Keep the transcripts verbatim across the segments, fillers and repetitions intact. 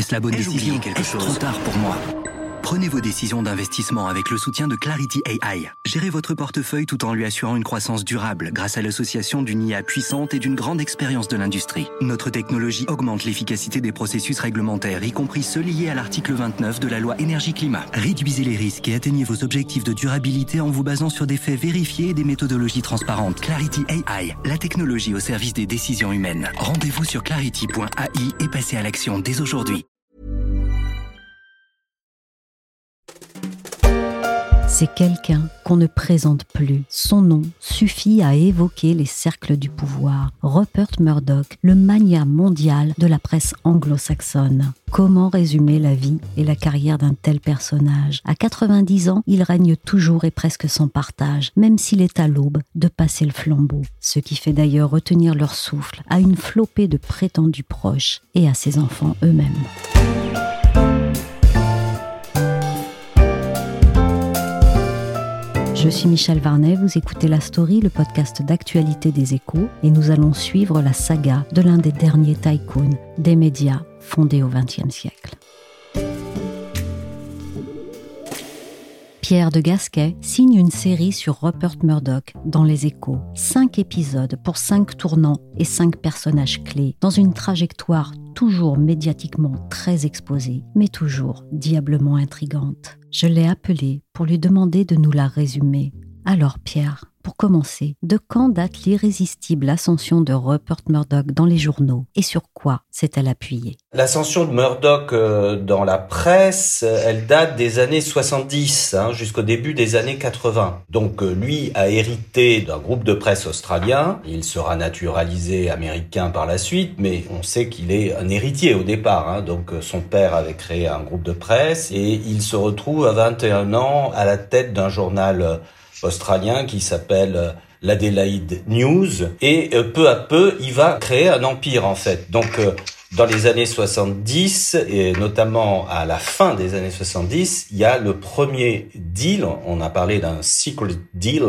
Est-ce la bonne décision? Est-ce trop tard pour moi? Prenez vos décisions d'investissement avec le soutien de Clarity A I. Gérez votre portefeuille tout en lui assurant une croissance durable grâce à l'association d'une I A puissante et d'une grande expérience de l'industrie. Notre technologie augmente l'efficacité des processus réglementaires, y compris ceux liés à l'article vingt-neuf de la loi énergie-climat. Réduisez les risques et atteignez vos objectifs de durabilité en vous basant sur des faits vérifiés et des méthodologies transparentes. Clarity A I, la technologie au service des décisions humaines. Rendez-vous sur clarity point A I et passez à l'action dès aujourd'hui. C'est quelqu'un qu'on ne présente plus. Son nom suffit à évoquer les cercles du pouvoir. Rupert Murdoch, le magnat mondial de la presse anglo-saxonne. Comment résumer la vie et la carrière d'un tel personnage? À quatre-vingt-dix ans, il règne toujours et presque sans partage, même s'il est à l'aube de passer le flambeau. Ce qui fait d'ailleurs retenir leur souffle à une flopée de prétendus proches et à ses enfants eux-mêmes. Je suis Michel Varnet, vous écoutez La Story, le podcast d'actualité des Échos, et nous allons suivre la saga de l'un des derniers tycoons des médias fondés au vingtième siècle. Pierre de Gasquet signe une série sur Rupert Murdoch dans Les Échos. Cinq épisodes pour cinq tournants et cinq personnages clés, dans une trajectoire toujours médiatiquement très exposée, mais toujours diablement intrigante. Je l'ai appelé pour lui demander de nous la résumer. Alors Pierre, pour commencer, de quand date l'irrésistible ascension de Rupert Murdoch dans les journaux et sur quoi s'est-elle appuyée? L'ascension de Murdoch euh, dans la presse, elle date des années soixante-dix hein, jusqu'au début des années quatre-vingts. Donc euh, lui a hérité d'un groupe de presse australien, il sera naturalisé américain par la suite, mais on sait qu'il est un héritier au départ. Hein, donc euh, son père avait créé un groupe de presse et il se retrouve à vingt et un ans à la tête d'un journal euh, australien qui s'appelle l'Adelaide News et euh, peu à peu il va créer un empire en fait. Donc euh, dans les années soixante-dix et notamment à la fin des années soixante-dix, il y a le premier deal, on a parlé d'un secret deal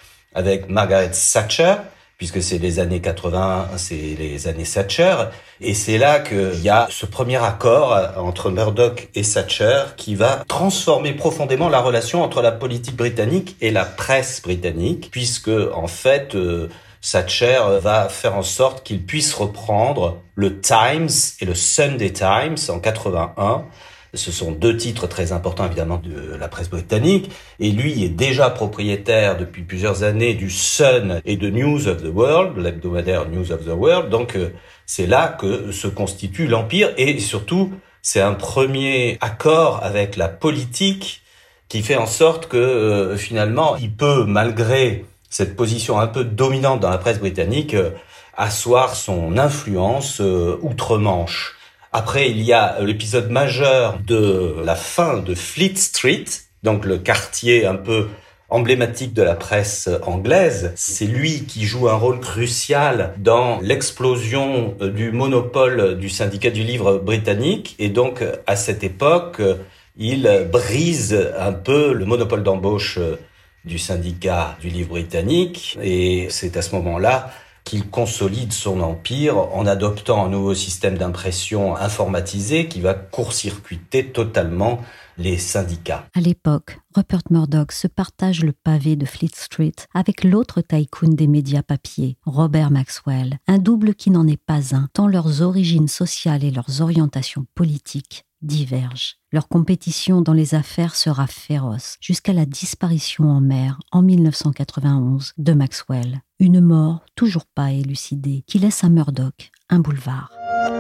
avec Margaret Thatcher puisque c'est les années quatre-vingts, c'est les années Thatcher, et c'est là qu'il y a ce premier accord entre Murdoch et Thatcher qui va transformer profondément la relation entre la politique britannique et la presse britannique, puisque en fait euh, Thatcher va faire en sorte qu'il puisse reprendre le Times et le Sunday Times en quatre-vingt-un. Ce sont deux titres très importants évidemment de la presse britannique et lui est déjà propriétaire depuis plusieurs années du Sun et de News of the World, l'hebdomadaire News of the World. Donc euh, c'est là que se constitue l'empire et surtout c'est un premier accord avec la politique qui fait en sorte que euh, finalement il peut, malgré cette position un peu dominante dans la presse britannique, euh, asseoir son influence euh, outre-Manche. Après, il y a l'épisode majeur de la fin de Fleet Street, donc le quartier un peu emblématique de la presse anglaise. C'est lui qui joue un rôle crucial dans l'explosion du monopole du syndicat du livre britannique. Et donc, à cette époque, il brise un peu le monopole d'embauche du syndicat du livre britannique. Et c'est à ce moment-là qu'il consolide son empire en adoptant un nouveau système d'impression informatisé qui va court-circuiter totalement les syndicats. À l'époque, Rupert Murdoch se partage le pavé de Fleet Street avec l'autre tycoon des médias papier, Robert Maxwell, un double qui n'en est pas un, tant leurs origines sociales et leurs orientations politiques divergent. Leur compétition dans les affaires sera féroce, jusqu'à la disparition en mer, en dix-neuf cent quatre-vingt-onze, de Maxwell. Une mort toujours pas élucidée, qui laisse à Murdoch un boulevard.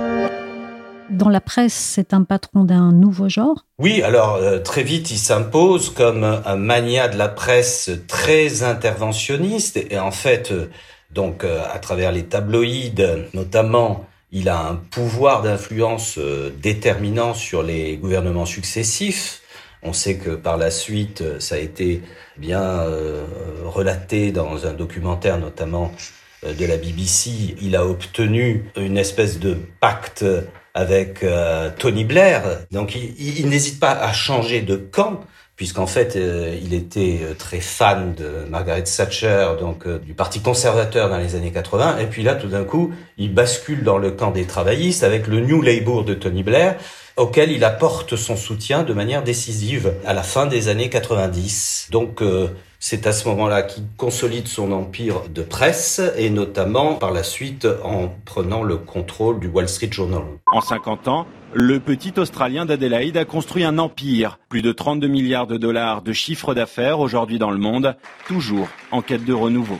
Dans la presse, c'est un patron d'un nouveau genre ? Oui, alors euh, très vite, il s'impose comme un magnat de la presse très interventionniste. Et en fait, euh, donc euh, à travers les tabloïds, notamment, il a un pouvoir d'influence euh, déterminant sur les gouvernements successifs. On sait que par la suite, ça a été bien euh, relaté dans un documentaire, notamment euh, de la B B C. Il a obtenu une espèce de pacte avec euh, Tony Blair. Donc il, il, il n'hésite pas à changer de camp, puisqu'en fait, euh, il était très fan de Margaret Thatcher, donc euh, du Parti conservateur dans les années quatre-vingts. Et puis là, tout d'un coup, il bascule dans le camp des travaillistes avec le New Labour de Tony Blair. auquel il apporte son soutien de manière décisive à la fin des années quatre-vingt-dix. Donc euh, c'est à ce moment-là qu'il consolide son empire de presse, et notamment par la suite en prenant le contrôle du Wall Street Journal. En cinquante ans, le petit Australien d'Adélaïde a construit un empire. Plus de trente-deux milliards de dollars de chiffre d'affaires aujourd'hui dans le monde, toujours en quête de renouveau.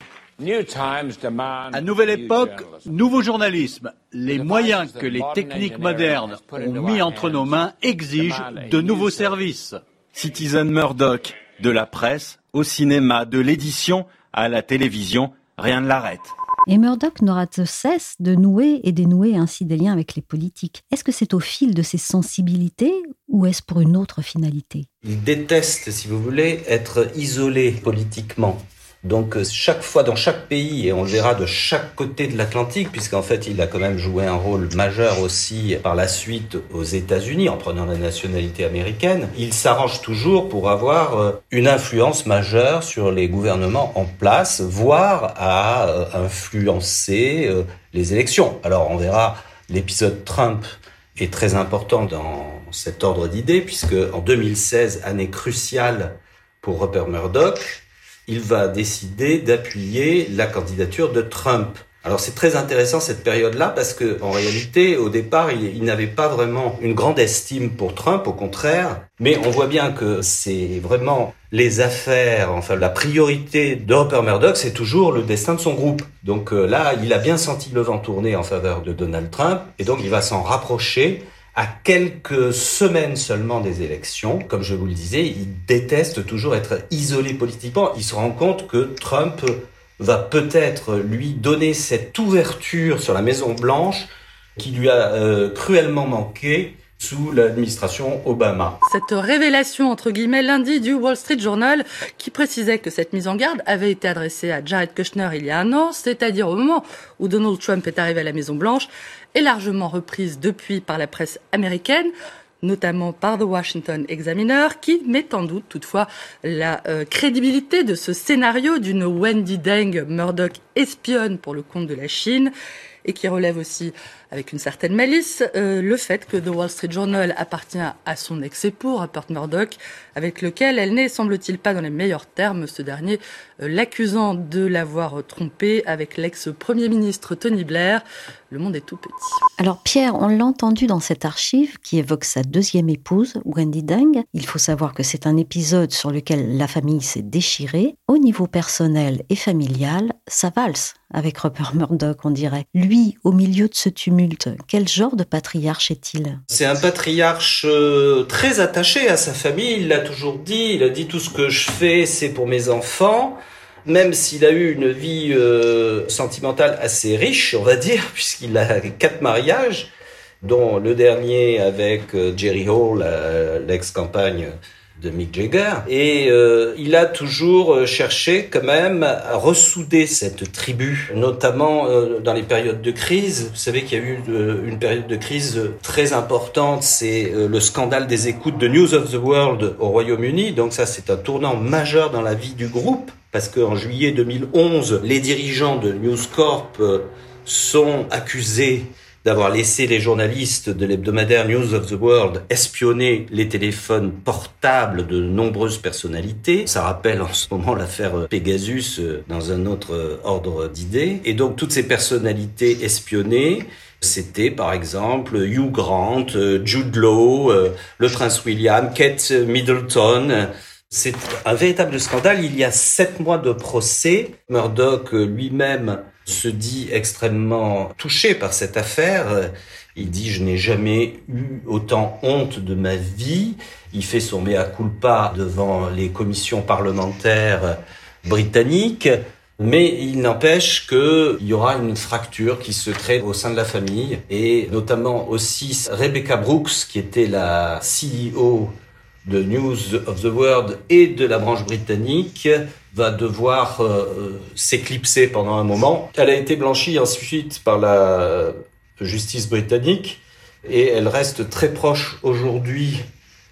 À nouvelle époque, nouveau journalisme. Les moyens que les techniques modernes ont mis entre nos mains exigent de nouveaux services. Citizen Murdoch, de la presse au cinéma, de l'édition à la télévision, rien ne l'arrête. Et Murdoch n'aura de cesse de nouer et dénouer ainsi des liens avec les politiques. Est-ce que c'est au fil de ses sensibilités ou est-ce pour une autre finalité ? Il déteste, si vous voulez, être isolé politiquement. Donc chaque fois, dans chaque pays, et on le verra de chaque côté de l'Atlantique, puisqu'en fait il a quand même joué un rôle majeur aussi par la suite aux États-Unis en prenant la nationalité américaine, il s'arrange toujours pour avoir une influence majeure sur les gouvernements en place, voire à influencer les élections. Alors on verra, l'épisode Trump est très important dans cet ordre d'idées, puisque en deux mille seize, année cruciale pour Rupert Murdoch, il va décider d'appuyer la candidature de Trump. Alors c'est très intéressant cette période-là parce que en réalité, au départ, il, il n'avait pas vraiment une grande estime pour Trump, au contraire. Mais on voit bien que c'est vraiment les affaires, enfin la priorité de Rupert Murdoch, c'est toujours le destin de son groupe. Donc euh, là, il a bien senti le vent tourner en faveur de Donald Trump et donc il va s'en rapprocher. À quelques semaines seulement des élections, comme je vous le disais, il déteste toujours être isolé politiquement. Il se rend compte que Trump va peut-être lui donner cette ouverture sur la Maison-Blanche qui lui a euh, cruellement manqué sous l'administration Obama. Cette révélation, entre guillemets, lundi du Wall Street Journal, qui précisait que cette mise en garde avait été adressée à Jared Kushner il y a un an, c'est-à-dire au moment où Donald Trump est arrivé à la Maison-Blanche, est largement reprise depuis par la presse américaine, notamment par The Washington Examiner, qui met en doute toutefois la euh, crédibilité de ce scénario d'une Wendi Deng Murdoch espionne pour le compte de la Chine, et qui relève aussi, avec une certaine malice, euh, le fait que The Wall Street Journal appartient à son ex-époux, Rupert Murdoch, avec lequel elle n'est, semble-t-il, pas dans les meilleurs termes, ce dernier euh, l'accusant de l'avoir trompé avec l'ex-premier ministre Tony Blair. Le monde est tout petit. Alors Pierre, on l'a entendu dans cette archive qui évoque sa deuxième épouse, Wendi Deng. Il faut savoir que c'est un épisode sur lequel la famille s'est déchirée. Au niveau personnel et familial, ça valse avec Rupert Murdoch, on dirait. Lui, au milieu de ce tumulte, quel genre de patriarche est-il ? C'est un patriarche euh, très attaché à sa famille, il l'a toujours dit, il a dit tout ce que je fais, c'est pour mes enfants. Même s'il a eu une vie euh, sentimentale assez riche, on va dire, puisqu'il a quatre mariages, dont le dernier avec euh, Jerry Hall, euh, l'ex-compagne de Mick Jagger. Et euh, il a toujours cherché quand même à ressouder cette tribu, notamment euh, dans les périodes de crise. Vous savez qu'il y a eu euh, une période de crise très importante, c'est euh, le scandale des écoutes de News of the World au Royaume-Uni. Donc ça, c'est un tournant majeur dans la vie du groupe, parce qu'en juillet deux mille onze, les dirigeants de News Corp euh, sont accusés d'avoir laissé les journalistes de l'hebdomadaire News of the World espionner les téléphones portables de nombreuses personnalités. Ça rappelle en ce moment l'affaire Pegasus dans un autre ordre d'idées. Et donc toutes ces personnalités espionnées, c'était par exemple Hugh Grant, Jude Law, le prince William, Kate Middleton. C'est un véritable scandale. Il y a sept mois de procès. Murdoch lui-même se dit extrêmement touché par cette affaire. Il dit « Je n'ai jamais eu autant honte de ma vie ». Il fait son mea culpa devant les commissions parlementaires britanniques. Mais il n'empêche qu'il y aura une fracture qui se crée au sein de la famille. Et notamment aussi Rebecca Brooks, qui était la C E O de News of the World et de la branche britannique, va devoir euh, s'éclipser pendant un moment. Elle a été blanchie ensuite par la justice britannique et elle reste très proche aujourd'hui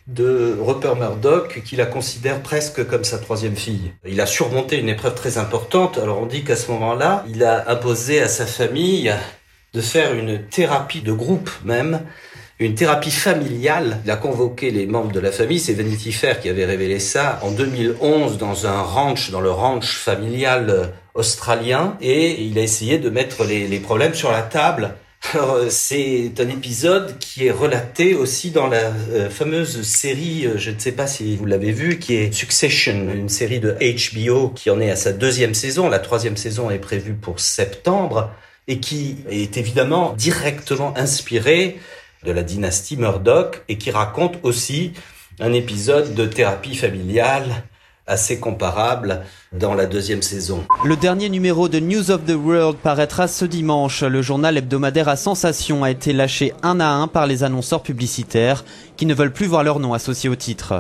de Rupert Murdoch, qui la considère presque comme sa troisième fille. Il a surmonté une épreuve très importante. Alors on dit qu'à ce moment-là, il a imposé à sa famille de faire une thérapie de groupe même. une thérapie familiale. Il a convoqué les membres de la famille, c'est Vanity Fair qui avait révélé ça, en deux mille onze dans un ranch, dans le ranch familial australien, et il a essayé de mettre les, les problèmes sur la table. Alors, c'est un épisode qui est relaté aussi dans la euh, fameuse série, euh, je ne sais pas si vous l'avez vu, qui est Succession, une série de H B O qui en est à sa deuxième saison. La troisième saison est prévue pour septembre et qui est évidemment directement inspirée de la dynastie Murdoch et qui raconte aussi un épisode de thérapie familiale assez comparable dans la deuxième saison. Le dernier numéro de News of the World paraîtra ce dimanche. Le journal hebdomadaire à sensation a été lâché un à un par les annonceurs publicitaires qui ne veulent plus voir leur nom associé au titre.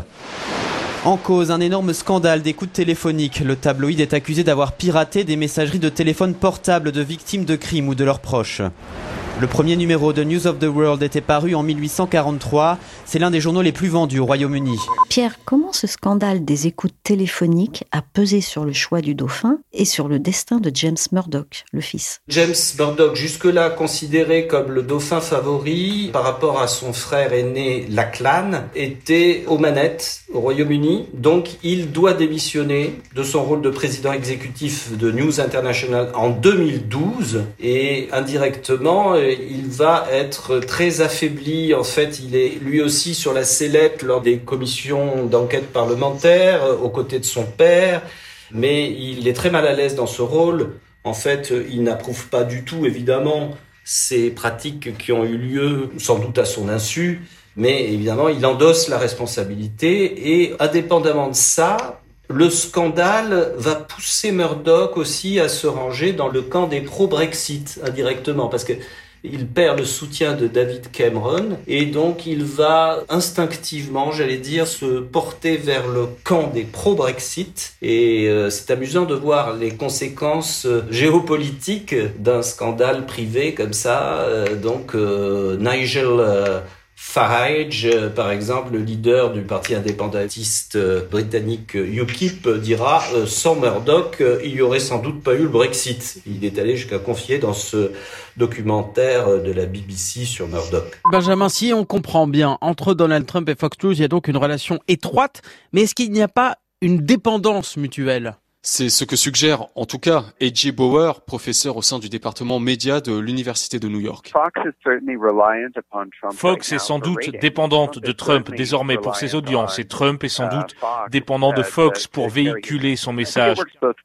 En cause, un énorme scandale d'écoute téléphonique. Le tabloïd est accusé d'avoir piraté des messageries de téléphone portables de victimes de crimes ou de leurs proches. Le premier numéro de News of the World était paru en mille huit cent quarante-trois. C'est l'un des journaux les plus vendus au Royaume-Uni. Pierre, comment ce scandale des écoutes téléphoniques a pesé sur le choix du dauphin et sur le destin de James Murdoch, le fils ? James Murdoch, jusque-là considéré comme le dauphin favori par rapport à son frère aîné Lachlan, était aux manettes au Royaume-Uni. Donc il doit démissionner de son rôle de président exécutif de News International en deux mille douze et indirectement il va être très affaibli. En fait, il est lui aussi sur la sellette lors des commissions d'enquête parlementaire, aux côtés de son père, mais il est très mal à l'aise dans ce rôle. En fait, il n'approuve pas du tout, évidemment, ces pratiques qui ont eu lieu, sans doute à son insu, mais évidemment, il endosse la responsabilité et, indépendamment de ça, le scandale va pousser Murdoch aussi à se ranger dans le camp des pro-Brexit, indirectement, parce que il perd le soutien de David Cameron et donc il va instinctivement, j'allais dire, se porter vers le camp des pro-Brexit. Et euh, c'est amusant de voir les conséquences euh, géopolitiques d'un scandale privé comme ça. Euh, donc euh, Nigel euh, Farage, euh, par exemple, le leader du parti indépendantiste euh, britannique euh, U K I P, dira euh, sans Murdoch, euh, il n'y aurait sans doute pas eu le Brexit. Il est allé jusqu'à confier dans ce documentaire euh, de la B B C sur Murdoch. Benjamin, si on comprend bien, entre Donald Trump et Fox News, il y a donc une relation étroite, mais est-ce qu'il n'y a pas une dépendance mutuelle ? C'est ce que suggère en tout cas A J Bower, professeur au sein du département médias de l'Université de New York. Fox est sans doute dépendante de Trump désormais pour ses audiences et Trump est sans doute dépendant de Fox pour véhiculer son message.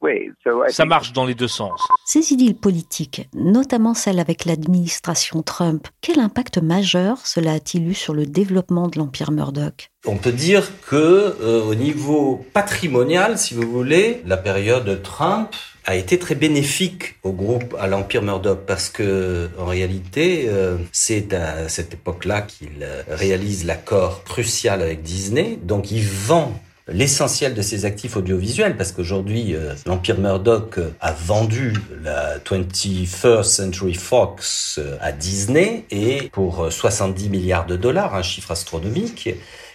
Ça marche dans les deux sens. Ces idylles politiques, notamment celles avec l'administration Trump, quel impact majeur cela a-t-il eu sur le développement de l'empire Murdoch ? On peut dire que euh, au niveau patrimonial, si vous voulez, la période Trump a été très bénéfique au groupe, à l'empire Murdoch, parce que en réalité, euh, c'est à cette époque-là qu'il euh, réalise l'accord crucial avec Disney. Donc, il vend l'essentiel de ses actifs audiovisuels, parce qu'aujourd'hui, euh, l'empire Murdoch euh, a vendu la twenty-first Century Fox euh, à Disney et pour euh, soixante-dix milliards de dollars, un chiffre astronomique.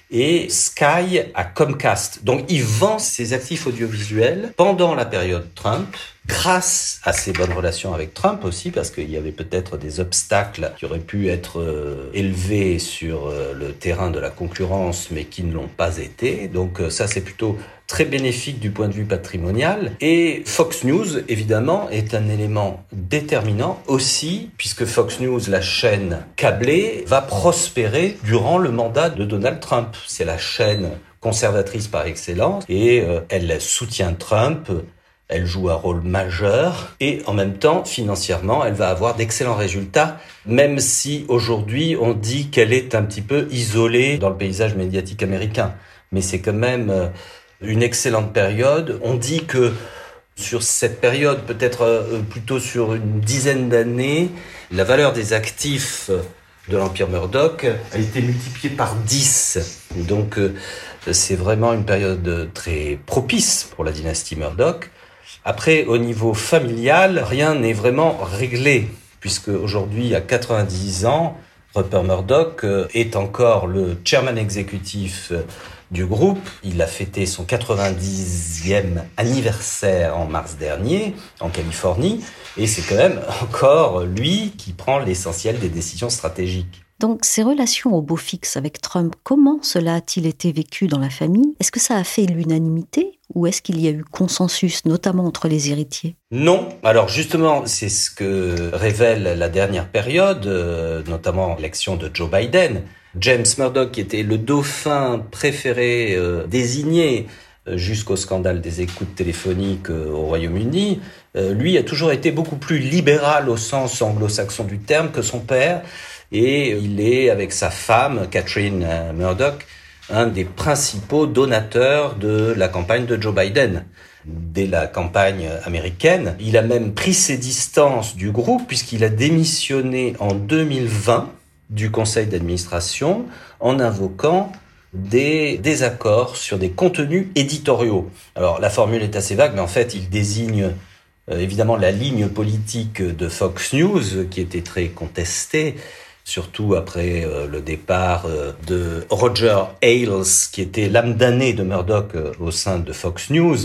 Et Sky à Comcast. Donc, il vend ses actifs audiovisuels pendant la période Trump, grâce à ses bonnes relations avec Trump aussi, parce qu'il y avait peut-être des obstacles qui auraient pu être euh, élevés sur euh, le terrain de la concurrence, mais qui ne l'ont pas été. Donc, euh, ça, c'est plutôt très bénéfique du point de vue patrimonial. Et Fox News, évidemment, est un élément déterminant aussi, puisque Fox News, la chaîne câblée, va prospérer durant le mandat de Donald Trump. C'est la chaîne conservatrice par excellence et euh, elle soutient Trump. Elle joue un rôle majeur et en même temps, financièrement, elle va avoir d'excellents résultats, même si aujourd'hui, on dit qu'elle est un petit peu isolée dans le paysage médiatique américain. Mais c'est quand même une excellente période. On dit que sur cette période, peut-être plutôt sur une dizaine d'années, la valeur des actifs de l'empire Murdoch a été multipliée par dix. Donc, c'est vraiment une période très propice pour la dynastie Murdoch. Après, au niveau familial, rien n'est vraiment réglé, puisque aujourd'hui, à quatre-vingt-dix ans, Rupert Murdoch est encore le chairman exécutif du groupe. Il a fêté son quatre-vingt-dixième anniversaire en mars dernier, en Californie, et c'est quand même encore lui qui prend l'essentiel des décisions stratégiques. Donc, ces relations au beau fixe avec Trump, comment cela a-t-il été vécu dans la famille ? Est-ce que ça a fait l'unanimité ou est-ce qu'il y a eu consensus, notamment entre les héritiers ? Non. Alors justement, c'est ce que révèle la dernière période, euh, notamment l'élection de Joe Biden. James Murdoch, qui était le dauphin préféré euh, désigné euh, jusqu'au scandale des écoutes téléphoniques euh, au Royaume-Uni, euh, lui a toujours été beaucoup plus libéral au sens anglo-saxon du terme que son père. Et il est, avec sa femme, Catherine Murdoch, un des principaux donateurs de la campagne de Joe Biden. Dès la campagne américaine, il a même pris ses distances du groupe puisqu'il a démissionné en deux mille vingt du conseil d'administration en invoquant des désaccords sur des contenus éditoriaux. Alors la formule est assez vague, mais en fait il désigne euh, évidemment la ligne politique de Fox News qui était très contestée, surtout après euh, le départ euh, de Roger Ailes, qui était l'âme damnée de Murdoch euh, au sein de Fox News,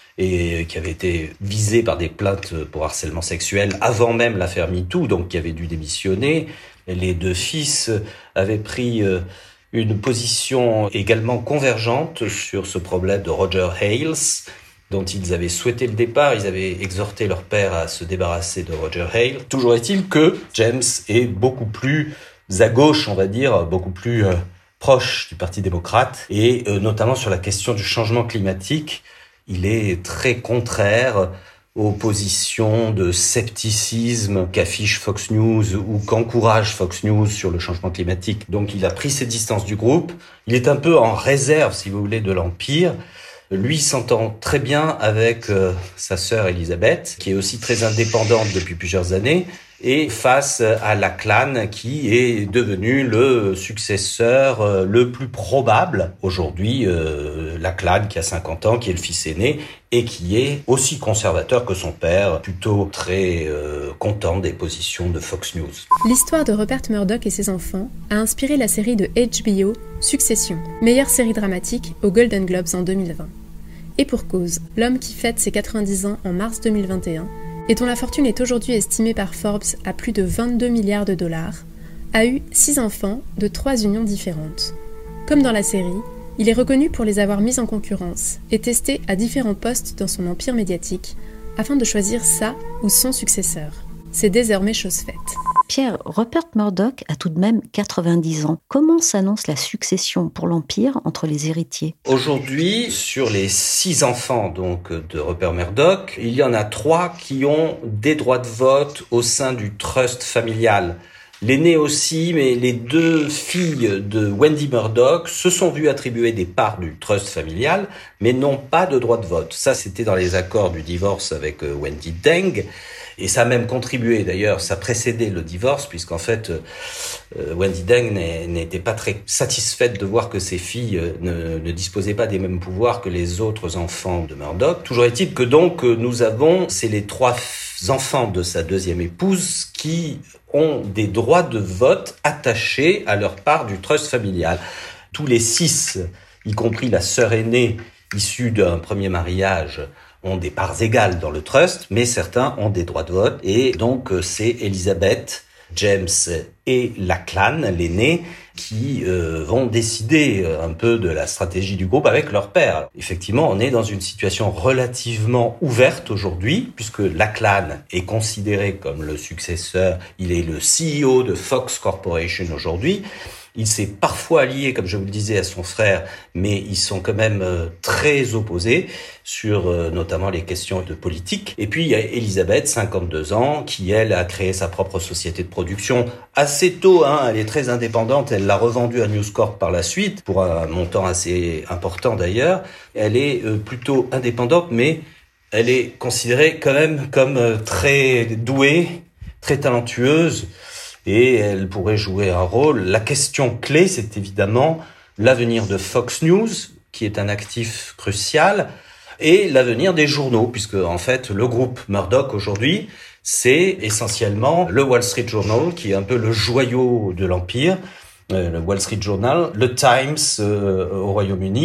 et qui avait été visé par des plaintes pour harcèlement sexuel avant même l'affaire MeToo, donc qui avait dû démissionner. Et les deux fils avaient pris euh, une position également convergente sur ce problème de Roger Ailes, dont ils avaient souhaité le départ. Ils avaient exhorté leur père à se débarrasser de Roger Ailes. Toujours est-il que James est beaucoup plus à gauche, on va dire, beaucoup plus euh, proche du Parti démocrate, et euh, notamment sur la question du changement climatique, il est très contraire aux positions de scepticisme qu'affiche Fox News ou qu'encourage Fox News sur le changement climatique. Donc il a pris ses distances du groupe. Il est un peu en réserve, si vous voulez, de l'Empire. Lui s'entend très bien avec euh, sa sœur Elisabeth, qui est aussi très indépendante depuis plusieurs années, et face à Lachlan, qui est devenu le successeur euh, le plus probable. Aujourd'hui, euh, Lachlan, qui a cinquante ans, qui est le fils aîné, et qui est aussi conservateur que son père, plutôt très euh, content des positions de Fox News. L'histoire de Rupert Murdoch et ses enfants a inspiré la série de H B O Succession, meilleure série dramatique aux Golden Globes en deux mille vingt. Et pour cause, l'homme qui fête ses quatre-vingt-dix ans en mars deux mille vingt et un, et dont la fortune est aujourd'hui estimée par Forbes à plus de vingt-deux milliards de dollars, a eu six enfants de trois unions différentes. Comme dans la série, il est reconnu pour les avoir mis en concurrence et testé à différents postes dans son empire médiatique afin de choisir sa ou son successeur. C'est désormais chose faite. Pierre, Rupert Murdoch a tout de même quatre-vingt-dix ans. Comment s'annonce la succession pour l'Empire entre les héritiers ? Aujourd'hui, sur les six enfants donc de Rupert Murdoch, il y en a trois qui ont des droits de vote au sein du trust familial. L'aîné aussi, mais les deux filles de Wendy Murdoch se sont vues attribuer des parts du trust familial, mais n'ont pas de droit de vote. Ça, c'était dans les accords du divorce avec Wendy Deng. Et ça a même contribué, d'ailleurs, ça précédait le divorce, puisqu'en fait, euh, Wendy Deng n'était pas très satisfaite de voir que ses filles ne, ne disposaient pas des mêmes pouvoirs que les autres enfants de Murdoch. Toujours est-il que donc, nous avons, c'est les trois enfants de sa deuxième épouse qui ont des droits de vote attachés à leur part du trust familial. Tous les six, y compris la sœur aînée, issue d'un premier mariage, ont des parts égales dans le trust, mais certains ont des droits de vote. Et donc, c'est Elisabeth, James et Lachlan, l'aîné, qui euh, vont décider un peu de la stratégie du groupe avec leur père. Effectivement, on est dans une situation relativement ouverte aujourd'hui, puisque Lachlan est considéré comme le successeur. Il est le C E O de Fox Corporation aujourd'hui. Il s'est parfois allié, comme je vous le disais, à son frère, mais ils sont quand même euh, très opposés sur euh, notamment les questions de politique. Et puis il y a Elisabeth, cinquante-deux ans, qui elle a créé sa propre société de production assez tôt. Hein, elle est très indépendante. Elle l'a revendue à News Corp par la suite pour un montant assez important d'ailleurs. Elle est euh, plutôt indépendante, mais elle est considérée quand même comme euh, très douée, très talentueuse. Et elle pourrait jouer un rôle. La question clé, c'est évidemment l'avenir de Fox News, qui est un actif crucial, et l'avenir des journaux, puisque en fait, le groupe Murdoch aujourd'hui, c'est essentiellement le Wall Street Journal, qui est un peu le joyau de l'Empire, euh, le Wall Street Journal, le Times euh, au Royaume-Uni,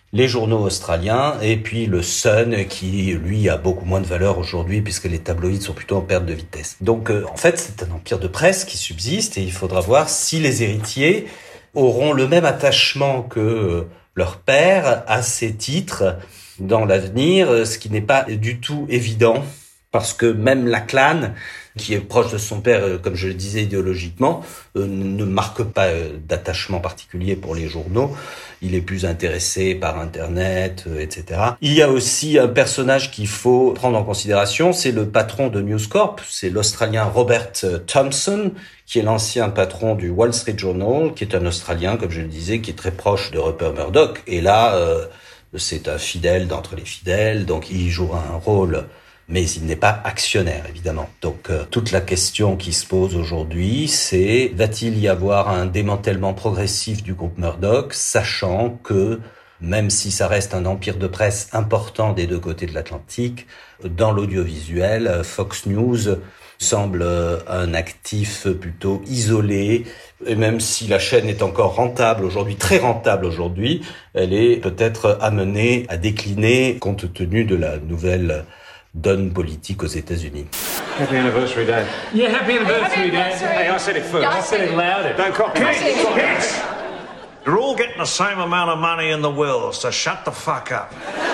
les journaux australiens, et puis le Sun, qui, lui, a beaucoup moins de valeur aujourd'hui, puisque les tabloïds sont plutôt en perte de vitesse. Donc, euh, en fait, c'est un empire de presse qui subsiste, et il faudra voir si les héritiers auront le même attachement que euh, leur père à ces titres dans l'avenir, ce qui n'est pas du tout évident, parce que même Lachlan, qui est proche de son père, comme je le disais idéologiquement, euh, ne marque pas euh, d'attachement particulier pour les journaux. Il est plus intéressé par Internet, euh, et cetera. Il y a aussi un personnage qu'il faut prendre en considération, c'est le patron de News Corp, c'est l'Australien Robert Thomson, qui est l'ancien patron du Wall Street Journal, qui est un Australien, comme je le disais, qui est très proche de Rupert Murdoch. Et là, euh, c'est un fidèle d'entre les fidèles, donc il joue un rôle, mais il n'est pas actionnaire, évidemment. Donc, euh, toute la question qui se pose aujourd'hui, c'est va-t-il y avoir un démantèlement progressif du groupe Murdoch, sachant que, même si ça reste un empire de presse important des deux côtés de l'Atlantique, dans l'audiovisuel, Fox News semble un actif plutôt isolé, et même si la chaîne est encore rentable aujourd'hui, très rentable aujourd'hui, elle est peut-être amenée à décliner compte tenu de la nouvelle donne politique aux États-Unis. Happy anniversary, Dad. Yeah, happy anniversary, Dad. Hey, I said it first. I said it louder. Don't copy me. Kids, you're all getting the same amount of money in the will, so shut the fuck up.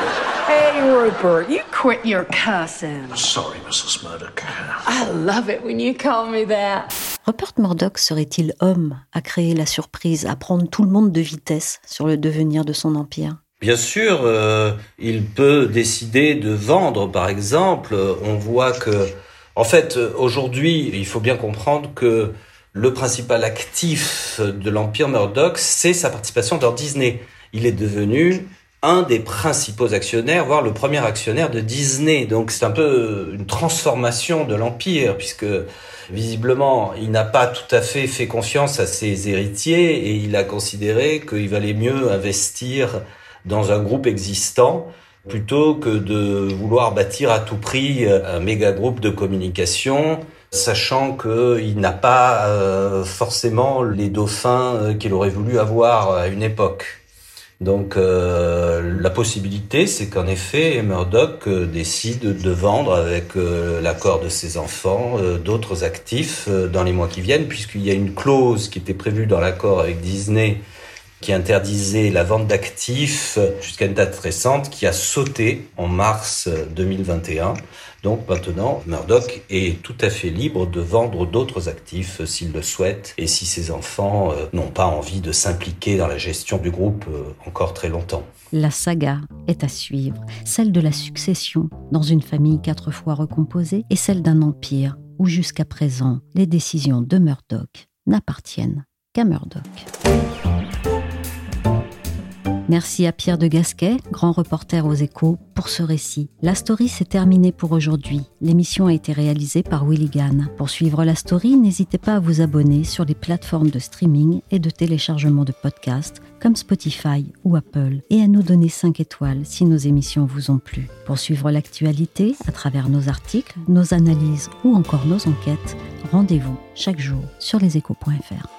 Hey, Rupert, you quit your cussing. Sorry, Missus Murdoch. I love it when you call me that. Rupert Murdoch serait-il homme à créer la surprise, à prendre tout le monde de vitesse sur le devenir de son empire ? Bien sûr, euh, il peut décider de vendre, par exemple. On voit que, en fait, aujourd'hui, il faut bien comprendre que le principal actif de l'empire Murdoch, c'est sa participation dans Disney. Il est devenu un des principaux actionnaires, voire le premier actionnaire de Disney. Donc c'est un peu une transformation de l'empire, puisque visiblement, il n'a pas tout à fait fait confiance à ses héritiers et il a considéré qu'il valait mieux investir dans un groupe existant plutôt que de vouloir bâtir à tout prix un méga groupe de communication, sachant qu'il n'a pas euh, forcément les dauphins qu'il aurait voulu avoir à une époque. Donc euh, la possibilité, c'est qu'en effet, Murdoch euh, décide de vendre avec euh, l'accord de ses enfants euh, d'autres actifs euh, dans les mois qui viennent, puisqu'il y a une clause qui était prévue dans l'accord avec Disney qui interdisait la vente d'actifs jusqu'à une date récente, qui a sauté en mars deux mille vingt et un. Donc maintenant, Murdoch est tout à fait libre de vendre d'autres actifs s'il le souhaite, et si ses enfants euh, n'ont pas envie de s'impliquer dans la gestion du groupe euh, encore très longtemps. La saga est à suivre, celle de la succession dans une famille quatre fois recomposée, et celle d'un empire où jusqu'à présent, les décisions de Murdoch n'appartiennent qu'à Murdoch. Merci à Pierre de Gasquet, grand reporter aux Échos, pour ce récit. La story s'est terminée pour aujourd'hui. L'émission a été réalisée par Willy Gann. Pour suivre la story, n'hésitez pas à vous abonner sur les plateformes de streaming et de téléchargement de podcasts comme Spotify ou Apple, et à nous donner cinq étoiles si nos émissions vous ont plu. Pour suivre l'actualité à travers nos articles, nos analyses ou encore nos enquêtes, rendez-vous chaque jour sur leséchos point f r.